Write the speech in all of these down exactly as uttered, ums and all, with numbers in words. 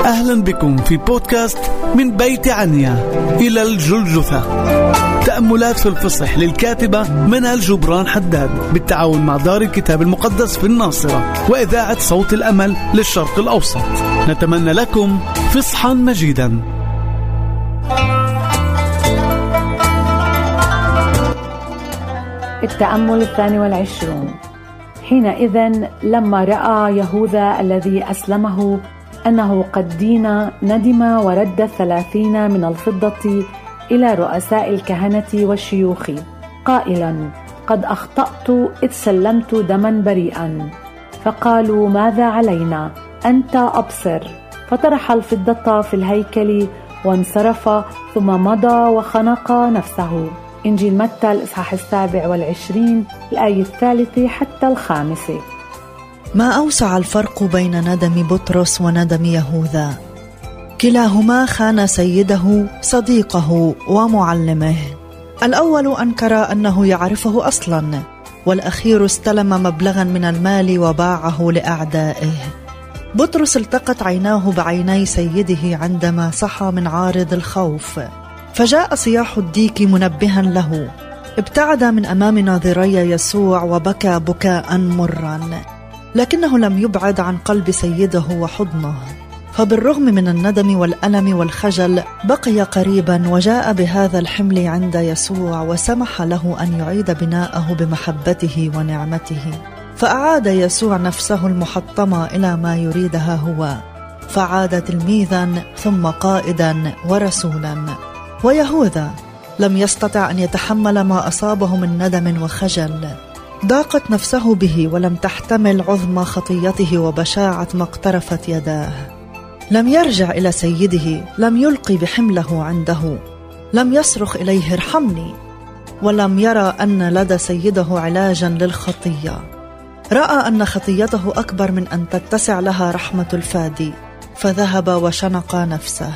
أهلا بكم في بودكاست من بيت عنيا إلى الجلجثة، تأملات في الفصح للكاتبة منال جبران حداد بالتعاون مع دار الكتاب المقدس في الناصرة وإذاعة صوت الأمل للشرق الأوسط. نتمنى لكم فصحا مجيدا. التأمل الثاني والعشرون. حينئذ لما رأى يهوذا الذي أسلمه أنه قد دين، ندم ورد الثلاثين من الفضة إلى رؤساء الكهنة والشيوخ قائلا: قد أخطأت إذ سلمت دما بريئا. فقالوا: ماذا علينا؟ أنت أبصر. فطرح الفضة في الهيكل وانصرف، ثم مضى وخنق نفسه. إنجيل متى الإصحاح السابع والعشرين الآية الثالثة حتى الخامسة. ما أوسع الفرق بين ندم بطرس وندم يهوذا. كلاهما خان سيده صديقه ومعلمه. الأول أنكر أنه يعرفه أصلا، والأخير استلم مبلغا من المال وباعه لأعدائه. بطرس التقت عيناه بعيني سيده عندما صحى من عارض الخوف، فجاء صياح الديك منبها له. ابتعد من أمام ناظري يسوع وبكى بكاء مرا، لكنه لم يبعد عن قلب سيده وحضنه، فبالرغم من الندم والألم والخجل بقي قريبا وجاء بهذا الحمل عند يسوع وسمح له أن يعيد بناءه بمحبته ونعمته. فأعاد يسوع نفسه المحطمة إلى ما يريدها هو، فعاد تلميذا ثم قائدا ورسولا. ويهوذا لم يستطع أن يتحمل ما أصابه من ندم وخجل، ضاقت نفسه به ولم تحتمل عظم خطيته وبشاعة ما اقترفت يداه. لم يرجع إلى سيده، لم يلقي بحمله عنده، لم يصرخ إليه ارحمني، ولم يرى أن لدى سيده علاجا للخطية. رأى أن خطيته أكبر من أن تتسع لها رحمة الفادي، فذهب وشنق نفسه.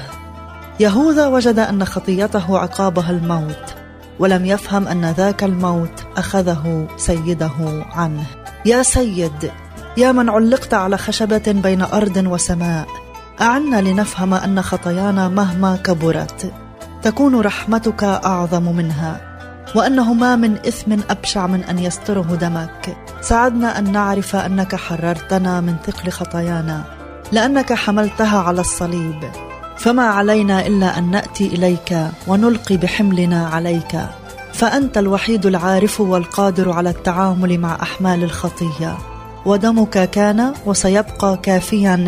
يهوذا وجد أن خطيته عقابها الموت، ولم يفهم أن ذاك الموت أخذه سيده عنه. يا سيد، يا من علقت على خشبة بين أرض وسماء، أعنا لنفهم أن خطايانا مهما كبرت تكون رحمتك أعظم منها، وأنه ما من إثم أبشع من أن يستره دمك. ساعدنا أن نعرف أنك حررتنا من ثقل خطايانا لأنك حملتها على الصليب، فما علينا إلا أن نأتي إليك ونلقي بحملنا عليك، فأنت الوحيد العارف والقادر على التعامل مع أحمال الخطية، ودمك كان وسيبقى كافيا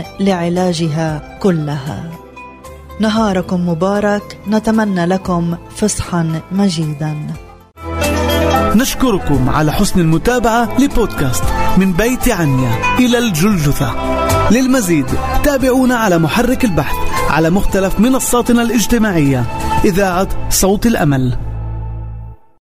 لعلاجها كلها. نهاركم مبارك، نتمنى لكم فصحا مجيدا. نشكركم على حسن المتابعة لبودكاست من بيت عنيا إلى الجلجثة. للمزيد تابعونا على محرك البحث على مختلف منصاتنا الاجتماعية إذاعة صوت الأمل.